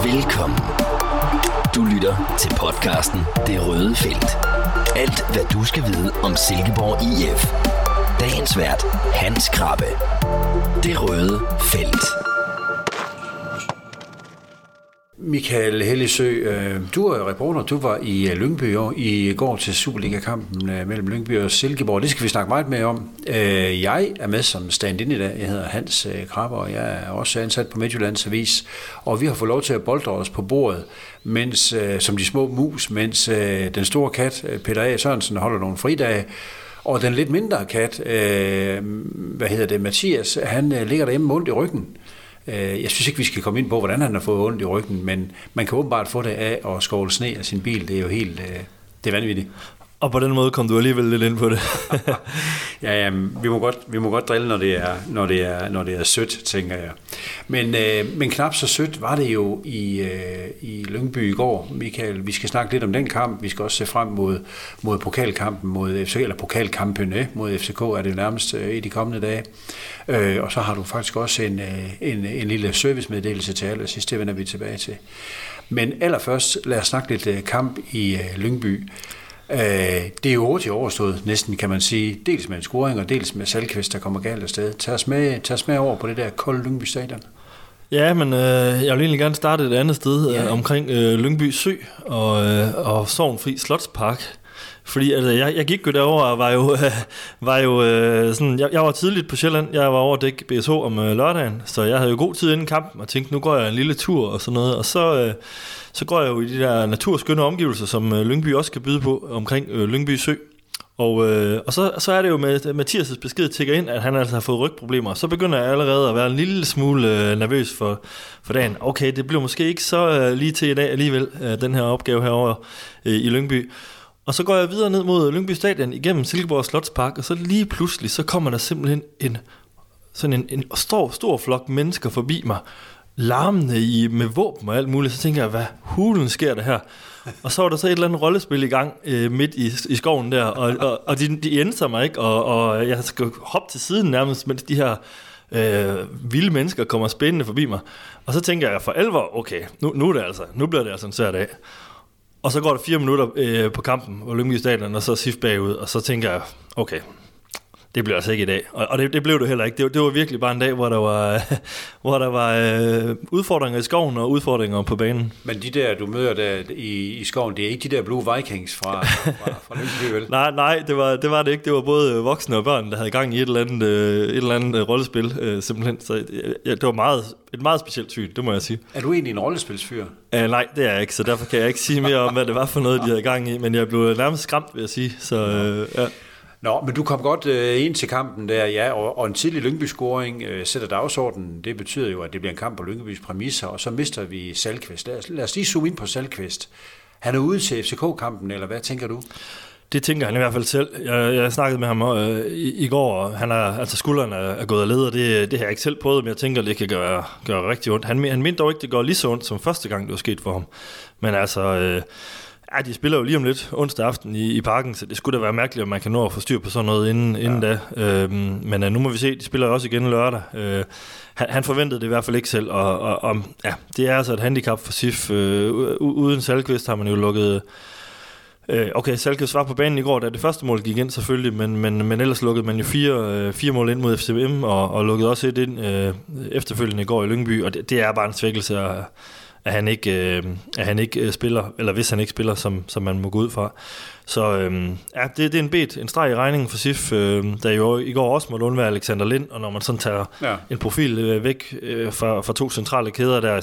Velkommen. Du lytter til podcasten Det Røde Felt. Alt hvad du skal vide om Silkeborg IF. Dagens vært Hans Krabbe. Det Røde Felt. Michael Helligsø, du er reporter, du var i Lyngby i går til Superliga-kampen mellem Lyngby og Silkeborg. Det skal vi snakke meget mere om. Jeg er med som stand-in i dag. Jeg hedder Hans Krabbe, og jeg er også ansat på Midtjyllands Avis. Og vi har fået lov til at boldre os på bordet, mens, som de små mus, mens den store kat, Peter A. Sørensen, holder nogle fridage. Og den lidt mindre kat, Mathias, han ligger derhjemme med ondt i ryggen. Jeg synes ikke, vi skal komme ind på, hvordan han har fået ondt i ryggen, men man kan åbenbart få det af at skovle sne af sin bil. Det er jo helt det er vanvittigt. Og på den måde kom du alligevel lidt ind på det. Ja, vi må godt drille, når det er sødt, tænker jeg. Men knap så sødt var det jo i Lyngby i går, Michael. Vi skal snakke lidt om den kamp. Vi skal også se frem mod pokalkampen mod FCK, eller pokalkampene mod FCK er det jo nærmest i de kommende dage. Og så har du faktisk også en lille servicemeddelelse til allersidst. Det vender vi tilbage til. Men allerførst lad os snakke lidt kamp i Lyngby. Det er jo hurtigt overstået, næsten kan man sige. Dels med en scoring, og dels med Salkvist, der kommer galt afsted. Tag os med over på det der kolde Lyngby Stadion. Ja, men jeg vil egentlig gerne starte et andet sted omkring Lyngby Sø og Sorgenfri Slotspark. Fordi altså, jeg gik jo derover og var jo sådan, jeg var tidligt på Sjælland. Jeg var over at dække BSH om lørdagen, så jeg havde jo god tid inden kampen og tænkte, nu går jeg en lille tur og sådan noget. Og så går jeg jo i de der naturskønne omgivelser, som Lyngby også kan byde på omkring Lyngby Sø. Og så er det jo med Mathias' besked tikker ind, at han altså har fået rygproblemer. Så begynder jeg allerede at være en lille smule nervøs for dagen. Okay, det bliver måske ikke så lige til i dag alligevel, den her opgave herovre i Lyngby. Og så går jeg videre ned mod Lyngby Stadion igennem Silkeborg Slotspark, og så lige pludselig, så kommer der simpelthen en stor flok mennesker forbi mig, larmende med våben og alt muligt. Så tænker jeg, hvad hulen sker der her? Og så var der så et eller andet rollespil i gang midt i skoven der, og de endte mig ikke, og jeg skal hoppe til siden nærmest, mens de her vilde mennesker kommer spændende forbi mig. Og så tænker jeg for alvor, okay, nu bliver det altså en svær dag. Og så går der 4 minutter på kampen på Lyngby Stadion, og så SIF bagud, og så tænker jeg, okay, det bliver altså ikke i dag. Og det blev det heller ikke. Det var virkelig bare en dag, hvor der var udfordringer i skoven og udfordringer på banen. Men de der, du møder der i skoven, det er ikke de der Blue Vikings fra Lyngby, vel? Nej, det var det ikke. Det var både voksne og børn, der havde gang i et eller andet rollespil, simpelthen. Så det var et meget specielt syn, det må jeg sige. Er du egentlig en rollespilsfyr? Nej, det er jeg ikke, så derfor kan jeg ikke sige mere om, hvad det var for noget, de havde gang i. Men jeg blev nærmest skræmt, vil jeg sige. Så ja. Nå, men du kom godt ind til kampen der, ja, og en tidlig Lyngby-scoring sætter dagsordenen. Det betyder jo, at det bliver en kamp på Lyngbys præmisser, og så mister vi Salkvist. Lad os lige zoome ind på Salkvist. Han er ude til FCK-kampen, eller hvad tænker du? Det tænker han i hvert fald selv. Jeg snakkede med ham i går, og skulderen er gået af led, og det har jeg ikke selv prøvet, men jeg tænker, det kan gøre rigtig ondt. Han mente dog ikke, det går lige så ondt som første gang, det var sket for ham. Men altså... de spiller jo lige om lidt onsdag aften i parken, så det skulle da være mærkeligt, om man kan nå at få styr på sådan noget inden da. Men nu må vi se, de spiller jo også igen lørdag. Han forventede det i hvert fald ikke selv, og det er altså et handicap for SIF. Uden Salkvist har man jo lukket... Okay, Salkvist var på banen i går, da det første mål gik ind selvfølgelig, men ellers lukkede man jo fire mål ind mod FCM, og lukkede også et ind efterfølgende i går i Lyngby, og det er bare en svækkelse at han ikke spiller, eller hvis han ikke spiller, som man må gå ud fra. Så det er en streg i regningen for SIF, der jo i går også måtte undvære Alexander Lind, og når man sådan tager en profil væk fra 2 centrale kæder der,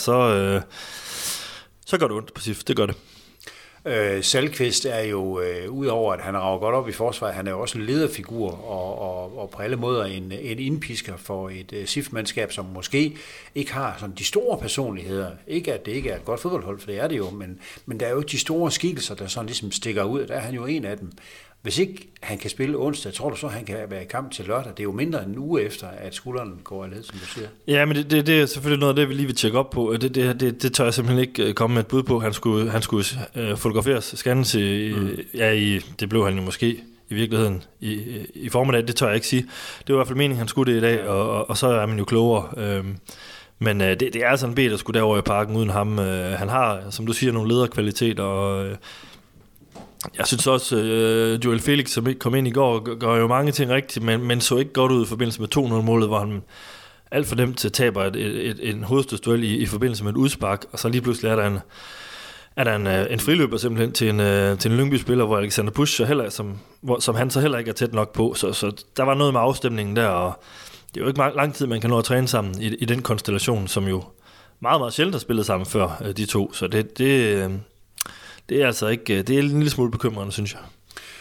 så gør det ondt på SIF, det gør det. Salkvist er jo, udover at han rager godt op i forsvaret, han er jo også en lederfigur og på alle måder en indpisker for et SIF-mandskab, som måske ikke har sådan de store personligheder. Ikke at det ikke er et godt fodboldhold, for det er det jo, men der er jo de store skikkelser, der sådan ligesom stikker ud, der er han jo en af dem. Hvis ikke han kan spille onsdag, tror du så, han kan være i kamp til lørdag? Det er jo mindre end en uge efter, at skulderen går af led, som du siger. Ja, men det er selvfølgelig noget af det, vi lige vil tjekke op på. Det tør jeg simpelthen ikke komme med et bud på. Han skulle fotograferes, scannes det blev han jo måske i virkeligheden i formiddag. Det tør jeg ikke sige. Det var i hvert fald meningen, han skulle det i dag, og så er man jo klogere. Men det er altså en B, der skulle derover i Parken uden ham. Han har, som du siger, nogle lederkvaliteter, og jeg synes også, Joel Felix, som ikke kom ind i går, gør jo mange ting rigtigt, men så ikke godt ud i forbindelse med 2-0-målet, hvor han alt for nemt taber en hovedstødsduel i forbindelse med et udspark, og så lige pludselig er der en friløber simpelthen til en Lyngby-spiller, hvor Alexander Pusch som han så heller ikke er tæt nok på, så der var noget med afstemningen der, og det er jo ikke lang tid, man kan nå at træne sammen i den konstellation, som jo meget, meget sjældent har spillet sammen før, de to, så det er altså ikke, det er en lille smule bekymrende, synes jeg.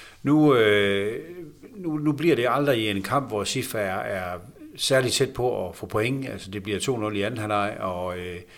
Nu bliver det aldrig i en kamp, hvor SIF er særligt tæt på at få point. Altså det bliver 2-0 i anden halvleg, og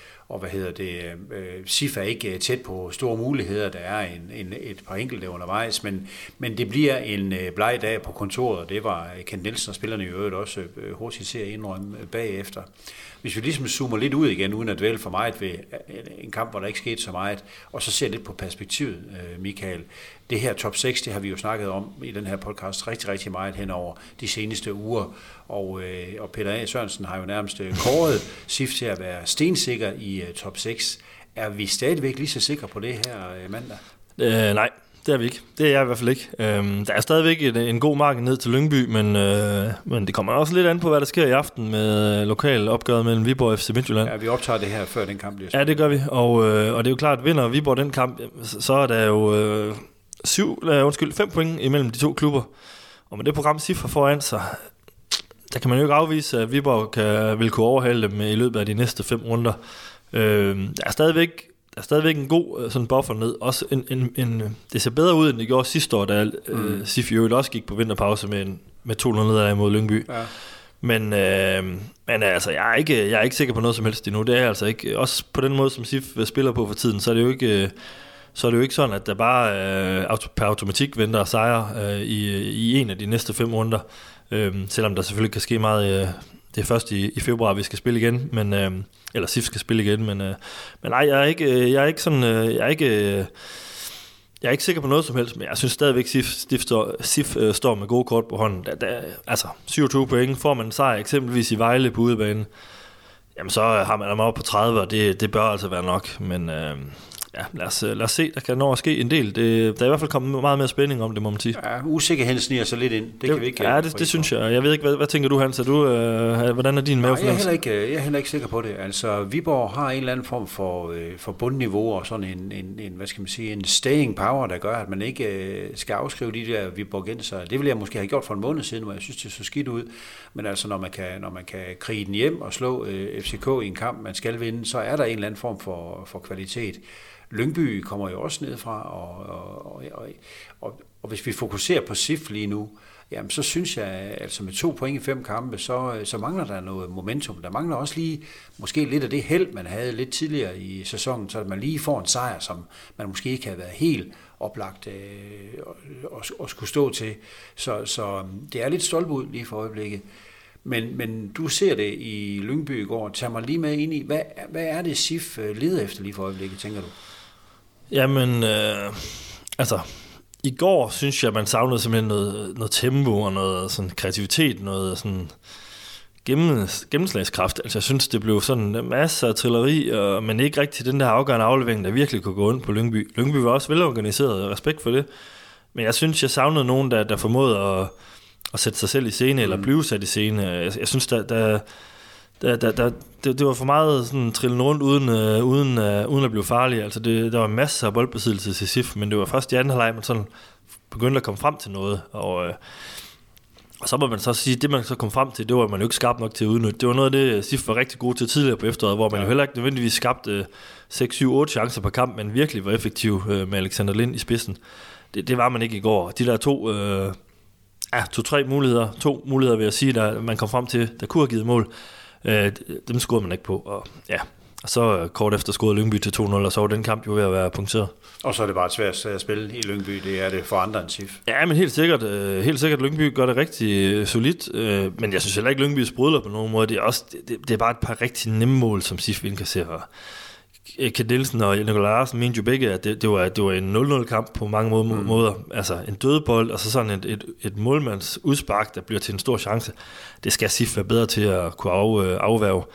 SIF er ikke tæt på store muligheder. Der er et par enkelte undervejs, men det bliver en bleg dag på kontoret, og det var Kent Nielsen og spillerne i øvrigt også hurtigt til at indrømme bagefter. Hvis vi ligesom zoomer lidt ud igen, uden at dvæle for meget ved en kamp, hvor der ikke skete så meget, og så ser lidt på perspektivet, Michael. Det her top 6, det har vi jo snakket om i den her podcast rigtig, rigtig meget hen over de seneste uger, og Peter A. Sørensen har jo nærmest kåret SIF til at være stensikker i top 6. Er vi stadigvæk lige så sikre på det her mandag? Nej. Det er vi ikke. Det er jeg i hvert fald ikke. Der er stadigvæk en god marken ned til Lyngby, men det kommer også lidt an på, hvad der sker i aften med lokal opgør mellem Viborg og FC Midtjylland. Ja, vi optager det her før den kamp bliver spillet. Ja, det gør vi. Og det er jo klart, at vinder Viborg den kamp, så er der jo 5 point imellem de to klubber. Og med det program SIF har foran sig, der kan man jo ikke afvise, at Viborg vil kunne overhale dem i løbet af de næste 5 runder. Der er stadigvæk en god sådan buffer ned. Også det ser bedre ud, end det gjorde sidste år, da SIF jo også gik på vinterpause med 200 ned mod Lyngby. Ja. Men altså, jeg er ikke sikker på noget som helst endnu. Det er altså ikke. Også på den måde, som SIF spiller på for tiden, så er det jo ikke sådan, at der bare per automatik venter sejre i en af de næste 5 runder. Selvom der selvfølgelig kan ske meget. Det er først i februar, vi skal spille igen, eller SIF skal spille igen, men nej, jeg er ikke sikker på noget som helst, men jeg synes stadigvæk, SIF står med gode kort på hånden. Altså 27 point, får man en sejr eksempelvis i Vejle på udebane, jamen så har man oppe på 30, og det bør altså være nok, men lad os se, der kan nå at ske en del. Der er i hvert fald kommet meget mere spænding om det, må man sige. Ja, usikkerheden sniger sig lidt ind. Det kan vi ikke. Ja, det synes jeg. Jeg ved ikke, hvad tænker du, Hans? Hvordan er din mavefornemmelse? Jeg er heller ikke sikker på det. Altså, Viborg har en eller anden form for bundniveau og sådan en hvad skal man sige, en staying power, der gør, at man ikke skal afskrive de der Viborgenser. Det ville jeg måske have gjort for en måned siden, hvor jeg synes, det så skidt ud. Men altså, når man kan krige den hjem og slå FCK i en kamp, man skal vinde, så er der en eller anden form for kvalitet. Lyngby kommer jo også nedfra, og hvis vi fokuserer på SIF lige nu, jamen så synes jeg, altså med 2 point i 5 kampe, så mangler der noget momentum. Der mangler også lige måske lidt af det held, man havde lidt tidligere i sæsonen, så at man lige får en sejr, som man måske ikke havde været helt oplagt at skulle stå til. Så det er lidt stolpe ud lige for øjeblikket. Men du ser det i Lyngby i går. Tag mig lige med ind i, hvad er det SIF leder efter lige for øjeblikket, tænker du? Jamen, altså, i går synes jeg, man savnede simpelthen noget tempo og noget sådan kreativitet, noget sådan gennemslagskraft. Altså, jeg synes, det blev sådan en masse af trilleri, men ikke rigtig den der afgørende aflevering, der virkelig kunne gå ind på Lyngby. Lyngby var også velorganiseret, og respekt for det. Men jeg synes, jeg savnede nogen, der formåede at sætte sig selv i scene, eller blive sat i scene. Jeg synes, det var for meget sådan trillen rundt uden at blive farlig. Altså der var masser af boldbesiddelse til SIF, men det var først i anden halvleg, man sådan begyndte at komme frem til noget. Og så må man så sige, det man så kom frem til, det var man jo ikke skarp nok til at udnytte. Det var noget af det, SIF var rigtig god til tidligere på efteråret, hvor man jo heller ikke nødvendigvis skabte 6-7-8 chancer per kamp, men virkelig var effektiv med Alexander Lind i spidsen. Det var man ikke i går. De der to muligheder vil jeg sige, der man kom frem til, der kunne have givet mål. Dem scorede man ikke på, og så kort efter scorede Lyngby til 2-0, og så var den kamp jo ved at være punkteret. Og så er det bare et svært at spille i Lyngby, det er det for andre end SIF. Ja, men helt sikkert Lyngby gør det rigtig solidt, men jeg synes heller ikke, Lyngby sprudler på nogen måde. Det er bare et par rigtig nemme mål, som SIF indkasserer. Kent Nielsen og Nikolaj Larsen mente jo begge, at det var en 0-0-kamp på mange måder. Altså en dødbold, og så sådan et målmands udspark, der bliver til en stor chance. Det skal SIF være bedre til at kunne afværge.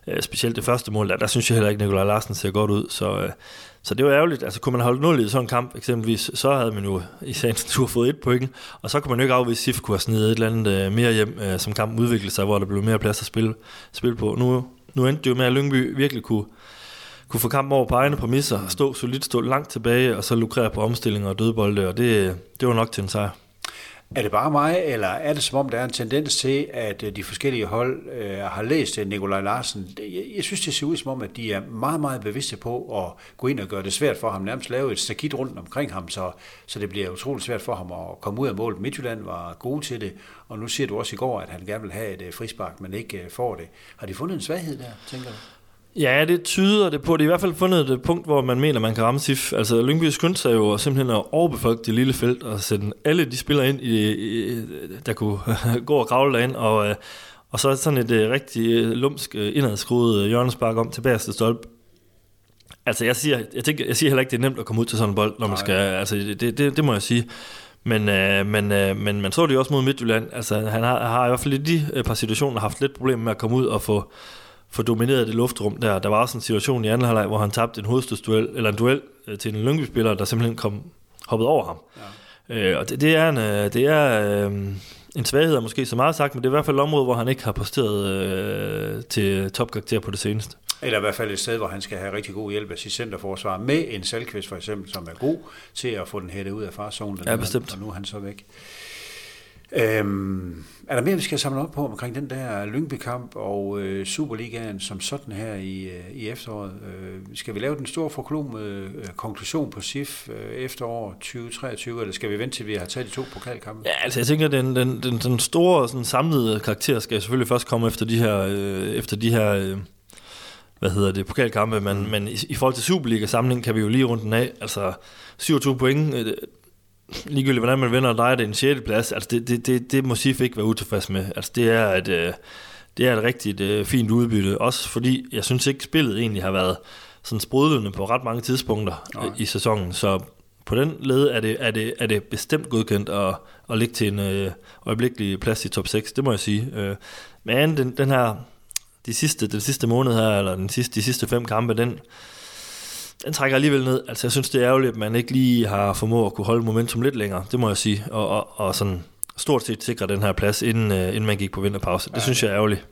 Specielt det første mål, der synes jeg heller ikke, Nikolaj Larsen ser godt ud. Så det var ærgerligt. Altså kunne man holde 0 i sådan en kamp eksempelvis, så havde man jo i sagens natur fået 1 point, og så kunne man jo ikke afvise, at SIF kunne have snedet et eller andet mere hjem, som kampen udviklede sig, hvor der blev mere plads at spille på. Nu endte det jo med, at Lyngby virkelig kunne få kampen over på egne præmisser, stå langt tilbage, og så lukrere på omstillinger og dødbolde, og det var nok til en sejr. Er det bare mig, eller er det som om, der er en tendens til, at de forskellige hold har læst Nikolaj Larsen? Jeg synes, det ser ud som om, at de er meget, meget bevidste på at gå ind og gøre det svært for ham, nærmest lave et stakit rundt omkring ham, så det bliver utroligt svært for ham at komme ud af målet. Midtjylland var gode til det, og nu siger du også i går, at han gerne vil have et frispark, men ikke får det. Har de fundet en svaghed der, tænker du? Ja, det tyder det på. Det er i hvert fald fundet et punkt, hvor man mener, man kan ramme SIF. Altså, Lyngby skyndte sig jo simpelthen at overbefolke det lille felt og sætte alle de spillere ind, der kunne gå og kravle derind. Og så sådan et rigtig lumsk indadskruet hjørnespark om til bagerste stolpe. Altså, jeg siger heller ikke, det er nemt at komme ud til sådan en bold, når man skal. Altså, det må jeg sige. Men man så det jo også mod Midtjylland. Altså, han har i hvert fald i de par situationer haft lidt problemer med at komme ud og få domineret det luftrum der. Der var også en situation i anden halvleg, hvor han tabte en hovedstødsduel, eller en duel til en Lyngby-spiller, der simpelthen hoppede over ham. Ja. Og det er en svaghed, måske så meget sagt, men det er i hvert fald et område, hvor han ikke har præsteret til topkarakter på det seneste. Eller i hvert fald et sted, hvor han skal have rigtig god hjælp af sit centerforsvar, med en Salkvist for eksempel, som er god til at få den hættet ud af farzonen. Ja, bestemt. Og nu er han så væk. Er der mere, vi skal samle op på omkring den der Lyngby-kamp og Superligaen som sådan her i efteråret? Skal vi lave den store forklumede konklusion på SIF efterår 2023, eller skal vi vente til vi har taget de 2 pokalkampe? Ja, altså jeg tænker, den store sådan, samlede karakter skal selvfølgelig først komme efter de her pokalkampe, men i forhold til Superliga-samling kan vi jo lige rundt den af. Altså 27 point, ligegyldigt hvordan man vinder og drejer det en 6. plads, altså det må SIF ikke være utilfreds med. Altså det er et rigtig fint udbytte, også fordi jeg synes ikke spillet egentlig har været sådan sprudlende på ret mange tidspunkter i sæsonen, så på den led er det bestemt godkendt at ligge til en øjeblikkelig plads i top 6, det må jeg sige. Men den her den sidste måned her, eller de sidste 5 kampe, den trækker alligevel ned. Altså jeg synes, det er ærgerligt, at man ikke lige har formået at kunne holde momentum lidt længere, det må jeg sige, og sådan stort set sikre den her plads, inden man gik på vinterpause. Det synes jeg er ærgerligt.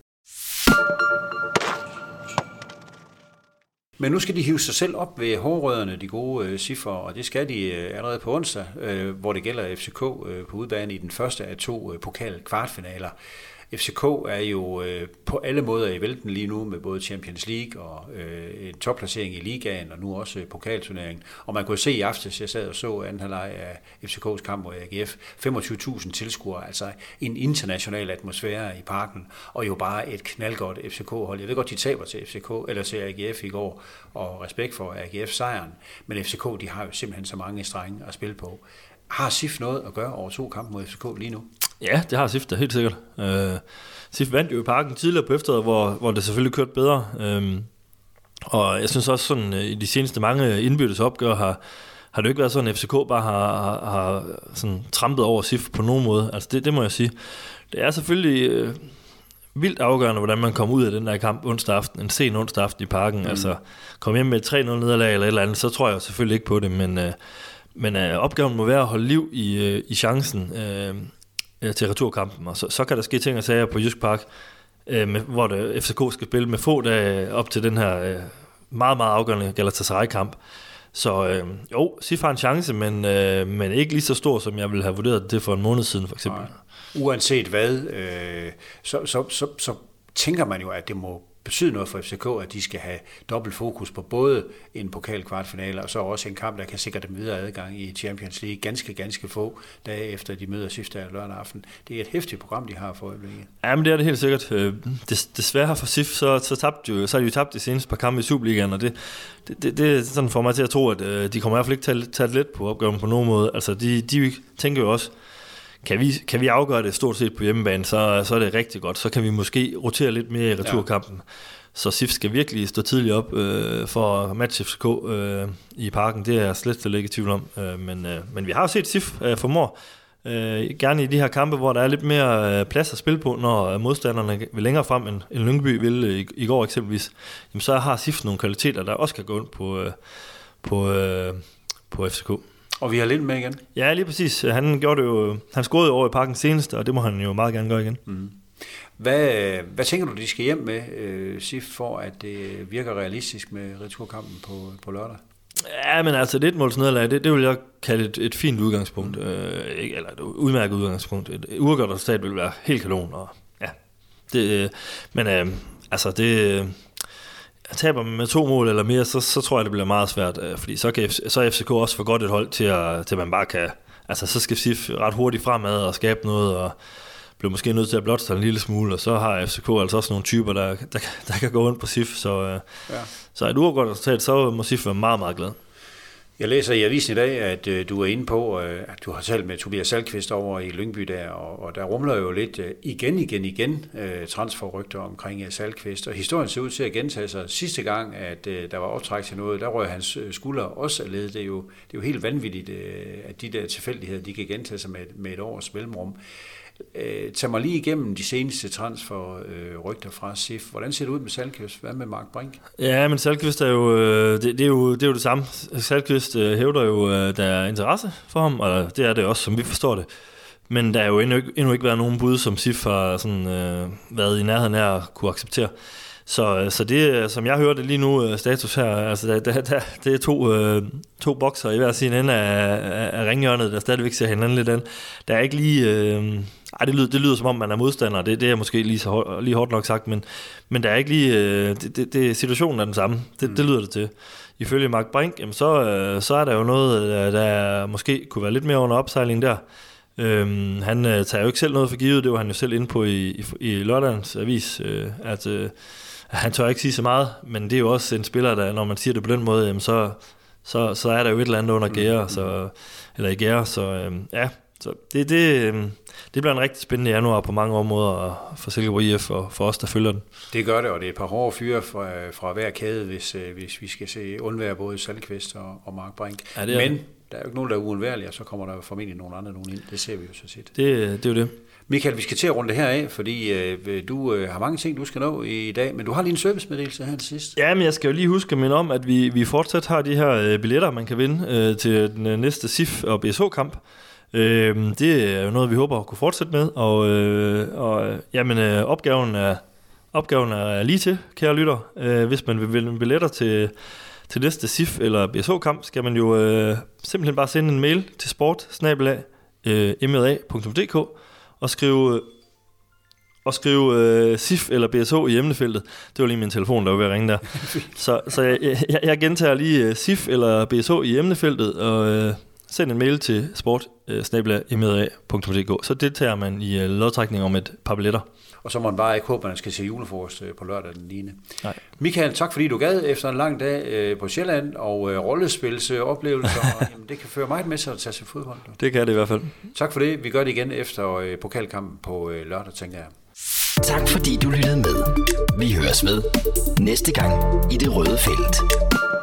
Men nu skal de hive sig selv op ved hårrødderne, de gode SIF'er, og det skal de allerede på onsdag, hvor det gælder FCK på udebane i den første af 2 pokal-kvartfinaler. FCK er jo på alle måder i vælten lige nu med både Champions League og en topplacering i ligaen og nu også pokalturneringen. Og man kunne se i aftes, jeg sad og så anden halvleg af FCK's kamp mod AGF, 25.000 tilskuere, altså en international atmosfære i parken, og jo bare et knaldgodt FCK-hold. Jeg ved godt, de taber til FCK eller til AGF i går, og respekt for AGF-sejren, men FCK, de har jo simpelthen så mange strenge at spille på. Har SIF noget at gøre over 2 kampe mod FCK lige nu? Ja, det har SIF da helt sikkert. SIF vandt jo i parken tidligere på efteråret, hvor det selvfølgelig kørte bedre. Og jeg synes også sådan, i de seneste mange indbyrdes opgør har det jo ikke været sådan, at FCK bare har sådan trampet over SIF på nogen måde. Altså det må jeg sige. Det er selvfølgelig vildt afgørende, hvordan man kommer ud af den der kamp onsdag aften, en sen onsdag aften i parken. Altså komme hjem med et 3-0 nederlag eller et eller andet, så tror jeg selvfølgelig ikke på det, men opgaven må være at holde liv i chancen til returkampen, og så kan der ske ting og sager på Jysk Park, hvor FCK skal spille med få dage op til den her meget, meget afgørende Galatasaray-kamp. Så SIF har en chance, men ikke lige så stor, som jeg ville have vurderet det for en måned siden, for eksempel. Uanset hvad, så tænker man jo, at det må betyder noget for FCK, at de skal have dobbelt fokus på både en pokalkvartfinale og så også en kamp, der kan sikre dem videre adgang i Champions League ganske få dage efter, de møder SIF der lørdag aften. Det er et hæftigt program, de har for øjeblikket. Ja, men det er det helt sikkert. Desværre for SIF, så har de jo tabt de seneste par kampe i Superligaen, og det sådan får mig til at tro, at de kommer i hvert fald ikke tage det let på opgaven på nogen måde. Altså, de tænker jo også, kan vi afgøre det stort set på hjemmebane, så er det rigtig godt. Så kan vi måske rotere lidt mere i returkampen. Ja. Så SIF skal virkelig stå tidligt op for at matche FCK i parken. Det er jeg slet ikke i tvivl om. Men vi har set SIF formår Gerne i de her kampe, hvor der er lidt mere plads at spille på, når modstanderne vil længere frem, end Lyngby ville i går eksempelvis, jamen så har SIF nogle kvaliteter, der også kan gå ind på FCK. Og vi har lidt med igen. Ja, lige præcis. Han scorede jo over i Parken senest, og det må han jo meget gerne gøre igen. Mm. Hvad tænker du, de skal hjem med, SIF, for at det virker realistisk med returkampen på lørdag? Ja, men altså det målsnederlag, det vil jeg kalde et fint udgangspunkt, eller et udmærket udgangspunkt. Et uafgjort resultat vil være helt kanon, og ja. Taber man med 2 mål eller mere, så tror jeg, det bliver meget svært, fordi så er FCK også for godt et hold til man bare kan, altså så skal SIF ret hurtigt fremad og skabe noget, og bliver måske nødt til at blotste en lille smule, og så har FCK altså også nogle typer, der kan gå rundt på SIF, så et uafgjort resultat, så må SIF være meget, meget glad. Jeg læser i avisen i dag, at du er inde på, at du har talt med Tobias Salkvist over i Lyngby der, og der rumler jo lidt igen transferrygter omkring Salkvist, og historien ser ud til at gentage sig. Sidste gang, at der var optræk til noget, der røg hans skulder også af led. Det er jo helt vanvittigt, at de der tilfældigheder, de kan gentage sig med et års mellemrum. Tag mig lige igennem de seneste transferrygter fra SIF. Hvordan ser det ud med Salkvist? Hvad med Mark Brink? Ja, men Salkvist er jo det er jo det samme. Salkvist hævder jo, der er interesse for ham, og det er det også, som vi forstår det. Men der er jo endnu ikke været nogen bud, som SIF har sådan, været i nærheden af at kunne acceptere. Så det, som jeg hørte lige nu, status her, altså det er to bokser i hver sin ende af ringhjørnet, der stadigvæk ser hinanden lidt an. Der er ikke lige... det lyder som om, man er modstander. Det er måske lige hårdt nok sagt, men der er ikke lige... situationen er den samme. Det lyder det til. Ifølge Mark Brink, jamen så er der jo noget, der måske kunne være lidt mere under opsejling der. Han tager jo ikke selv noget for givet. Det var han jo selv inde på i lørdagens avis, at... Han tør ikke sige så meget, men det er jo også en spiller, der, når man siger det på den måde, jamen så er der jo et eller andet under gære, eller i gære, så det bliver en rigtig spændende januar på mange områder for Silkeborg IF og for os, der følger den. Det gør det, og det er et par hårde fyre fra hver kæde, hvis vi skal undvære både Salkvist og Mark Brink. Ja, men der er jo ikke nogen, der er uundværlige, og så kommer der jo formentlig nogen ind. Det ser vi jo så set. Det er jo det. Michael, vi skal til at runde det her af, fordi du har mange ting, du skal nå i dag, men du har lige en servicemeddelelse her til sidst. Ja, men jeg skal jo lige huske at minde om, at vi fortsat har de her billetter, man kan vinde til den næste SIF og BSH-kamp. Det er jo noget, vi håber at kunne fortsætte med, og opgaven er lige til, kære lytter. Hvis man vil vinde billetter til næste SIF eller BSH-kamp, skal man jo simpelthen bare sende en mail til sport@mla.dk og skrive SIF eller BSH i emnefeltet. Det var lige min telefon, der var ved at ringe der. Så jeg gentager lige SIF eller BSH i emnefeltet, og send en mail til sport@mla.dk. Så deltager man i lodtrækning om et par billetter. Og så må man bare ikke håbe, at man skal se julefrokost på lørdag den 9. Nej. Michael, tak fordi du gad efter en lang dag på Sjælland og rollespilsoplevelser. Jamen, det kan føre meget med sig at tage sig fodbold. Det kan det i hvert fald. Tak for det. Vi gør det igen efter pokalkampen på lørdag, tænker jeg. Tak fordi du lyttede med. Vi høres ved næste gang i Det Røde Felt.